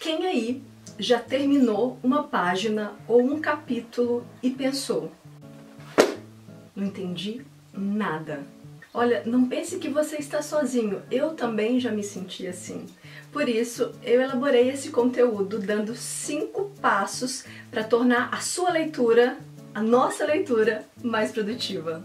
Quem aí já terminou uma página ou um capítulo e pensou: não entendi nada? Olha, não pense que você está sozinho, eu também já me senti assim. Por isso, eu elaborei esse conteúdo dando 5 passos para tornar a sua leitura, a nossa leitura, mais produtiva.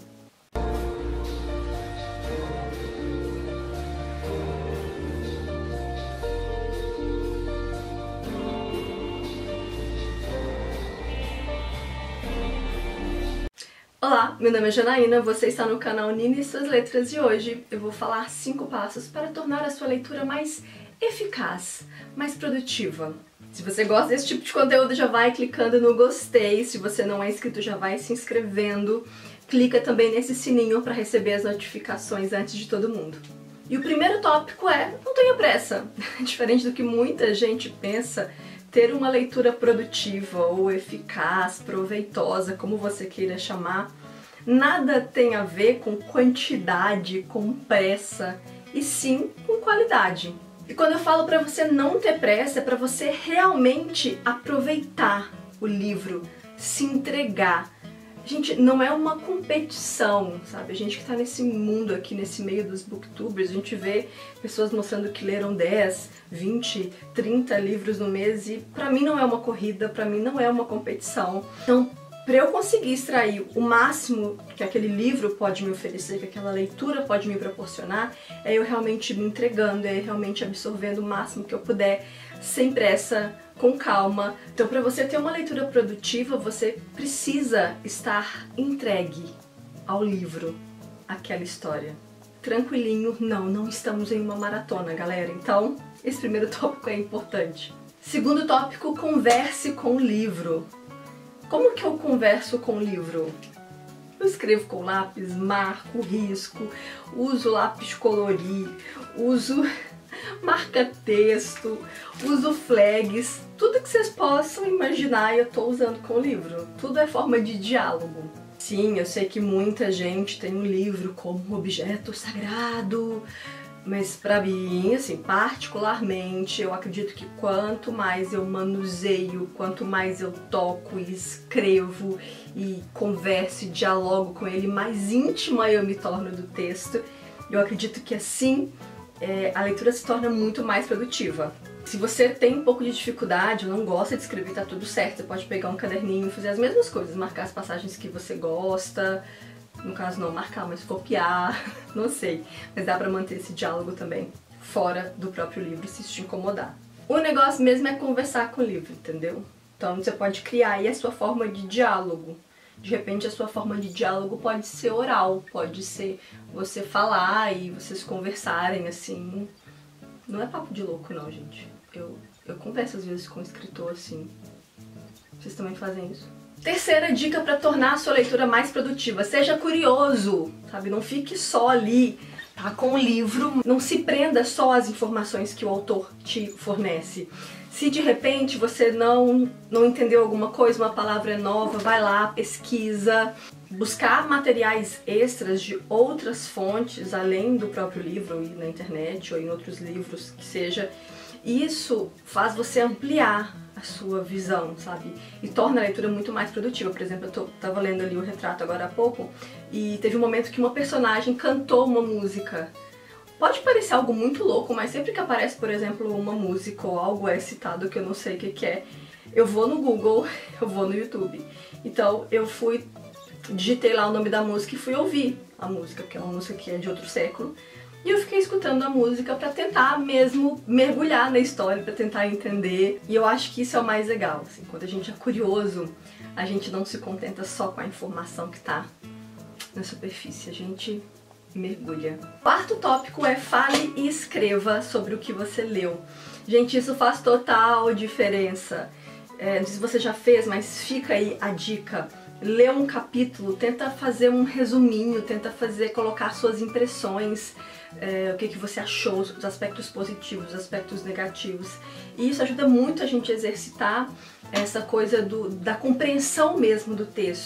Olá, meu nome é Janaína, você está no canal Nina e Suas Letras e hoje eu vou falar 5 passos para tornar a sua leitura mais eficaz, mais produtiva. Se você gosta desse tipo de conteúdo, já vai clicando no gostei. Se você não é inscrito, já vai se inscrevendo. Clica também nesse sininho para receber as notificações antes de todo mundo. E o primeiro tópico é: não tenha pressa. Diferente do que muita gente pensa, ter uma leitura produtiva ou eficaz, proveitosa, como você queira chamar, nada tem a ver com quantidade, com pressa, e sim com qualidade. E quando eu falo para você não ter pressa, é para você realmente aproveitar o livro, se entregar. Gente, não é uma competição, sabe? A gente que tá nesse mundo aqui, nesse meio dos booktubers, a gente vê pessoas mostrando que leram 10, 20, 30 livros no mês e pra mim não é uma corrida, pra mim não é uma competição. Então, para eu conseguir extrair o máximo que aquele livro pode me oferecer, que aquela leitura pode me proporcionar, é eu realmente me entregando, é realmente absorvendo o máximo que eu puder, sem pressa, com calma. Então, para você ter uma leitura produtiva, você precisa estar entregue ao livro, àquela história. Tranquilinho, não estamos em uma maratona, galera. Então, esse primeiro tópico é importante. Segundo tópico, converse com o livro. Como que eu converso com o livro? Eu escrevo com lápis, marco, risco, uso lápis colorir, uso marca-texto, uso flags, tudo que vocês possam imaginar eu tô usando com o livro. Tudo é forma de diálogo. Sim, eu sei que muita gente tem um livro como objeto sagrado, mas pra mim, assim, particularmente, eu acredito que quanto mais eu manuseio, quanto mais eu toco e escrevo e converso e dialogo com ele, mais íntima eu me torno do texto. Eu acredito que assim a leitura se torna muito mais produtiva. Se você tem um pouco de dificuldade ou não gosta de escrever, tá tudo certo. Você pode pegar um caderninho e fazer as mesmas coisas, marcar as passagens que você gosta. No caso não marcar, mas copiar, não sei. Mas dá pra manter esse diálogo também fora do próprio livro, se isso te incomodar. O negócio mesmo é conversar com o livro, entendeu? Então você pode criar aí a sua forma de diálogo. De repente a sua forma de diálogo pode ser oral, pode ser você falar e vocês conversarem assim. Não é papo de louco não, gente. Eu converso às vezes com o escritor assim. Vocês também fazem isso? Terceira dica para tornar a sua leitura mais produtiva: seja curioso, sabe? Não fique só ali, tá, com o livro, não se prenda só às informações que o autor te fornece. Se de repente você não entendeu alguma coisa, uma palavra nova, vai lá, pesquisa, buscar materiais extras de outras fontes, além do próprio livro, e na internet ou em outros livros que seja. Isso faz você ampliar a sua visão, sabe? E torna a leitura muito mais produtiva. Por exemplo, eu tava lendo ali o retrato agora há pouco e teve um momento que uma personagem cantou uma música. Pode parecer algo muito louco, mas sempre que aparece, por exemplo, uma música ou algo é citado que eu não sei o que é, eu vou no Google, eu vou no YouTube. Então eu digitei lá o nome da música e fui ouvir a música, porque é uma música que é de outro século. E eu fiquei escutando a música pra tentar mesmo mergulhar na história, pra tentar entender. E eu acho que isso é o mais legal, assim, quando a gente é curioso, a gente não se contenta só com a informação que tá na superfície, a gente mergulha. Quarto tópico é: fale e escreva sobre o que você leu. Gente, isso faz total diferença. Não sei se você já fez, mas fica aí a dica. Lê um capítulo, tenta fazer um resuminho, tenta colocar suas impressões, o que você achou, os aspectos positivos, os aspectos negativos. E isso ajuda muito a gente a exercitar essa coisa da compreensão mesmo do texto.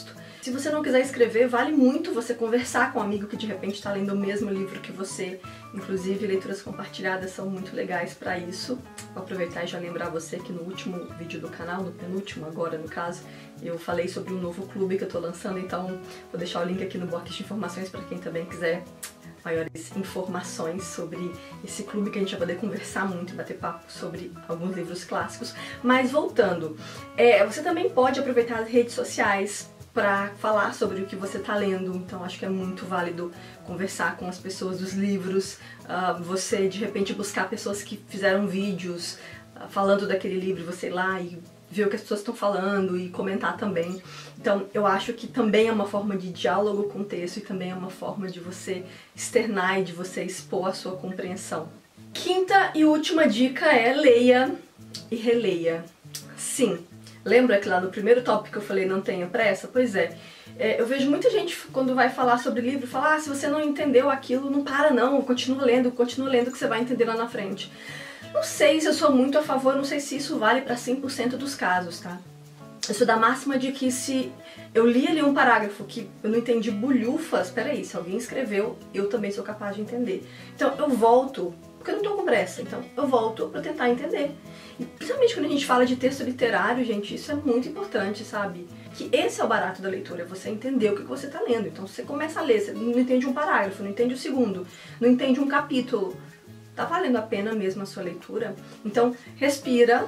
Se você não quiser escrever, vale muito você conversar com um amigo que de repente está lendo o mesmo livro que você. Inclusive, leituras compartilhadas são muito legais para isso. Vou aproveitar e já lembrar você que no último vídeo do canal, no penúltimo agora no caso, eu falei sobre um novo clube que eu tô lançando, então vou deixar o link aqui no box de informações para quem também quiser maiores informações sobre esse clube, que a gente vai poder conversar muito e bater papo sobre alguns livros clássicos. Mas voltando, você também pode aproveitar as redes sociais para falar sobre o que você está lendo, então acho que é muito válido conversar com as pessoas dos livros, você de repente buscar pessoas que fizeram vídeos falando daquele livro, você ir lá e ver o que as pessoas estão falando e comentar também. Então eu acho que também é uma forma de diálogo com o texto e também é uma forma de você externar e de você expor a sua compreensão. Quinta e última dica é leia e releia. Sim, lembra que lá no primeiro tópico eu falei não tenha pressa? Pois é, eu vejo muita gente quando vai falar sobre livro, falar se você não entendeu aquilo, não para não, continua lendo que você vai entender lá na frente. Não sei se eu sou muito a favor, não sei se isso vale para 100% dos casos, tá? Eu sou da máxima de que se eu li ali um parágrafo que eu não entendi bulhufas, peraí, se alguém escreveu, eu também sou capaz de entender. Então eu volto, porque eu não tô com pressa, então eu volto pra tentar entender. E principalmente quando a gente fala de texto literário, gente, isso é muito importante, sabe? Que esse é o barato da leitura, é você entender o que você tá lendo. Então você começa a ler, você não entende um parágrafo, não entende o segundo, não entende um capítulo. Tá valendo a pena mesmo a sua leitura? Então, respira,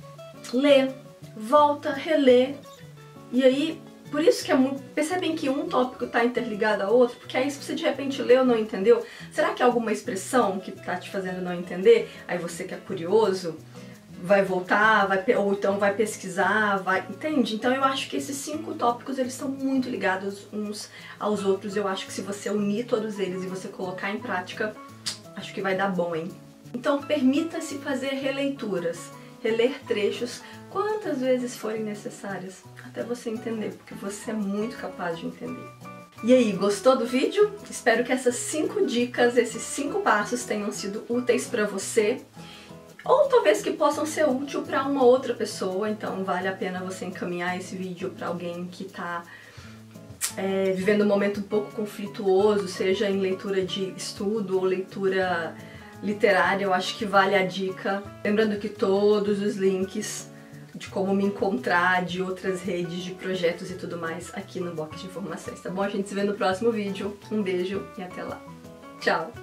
lê, volta, relê. E aí, por isso que percebem que um tópico tá interligado ao outro, porque aí se você de repente leu ou não entendeu, será que é alguma expressão que tá te fazendo não entender? Aí você que é curioso, vai voltar, ou então vai pesquisar, entende? Então eu acho que esses 5 tópicos, eles estão muito ligados uns aos outros. Eu acho que se você unir todos eles e você colocar em prática, acho que vai dar bom, hein? Então permita-se fazer releituras, reler trechos quantas vezes forem necessárias, até você entender, porque você é muito capaz de entender. E aí, gostou do vídeo? Espero que essas 5 dicas, esses 5 passos tenham sido úteis para você, ou talvez que possam ser úteis para uma outra pessoa, então vale a pena você encaminhar esse vídeo para alguém que está vivendo um momento um pouco conflituoso, seja em leitura de estudo ou leitura literária. Eu acho que vale a dica. Lembrando que todos os links de como me encontrar, de outras redes, de projetos e tudo mais aqui no box de informações, tá bom? A gente se vê no próximo vídeo. Um beijo e até lá. Tchau!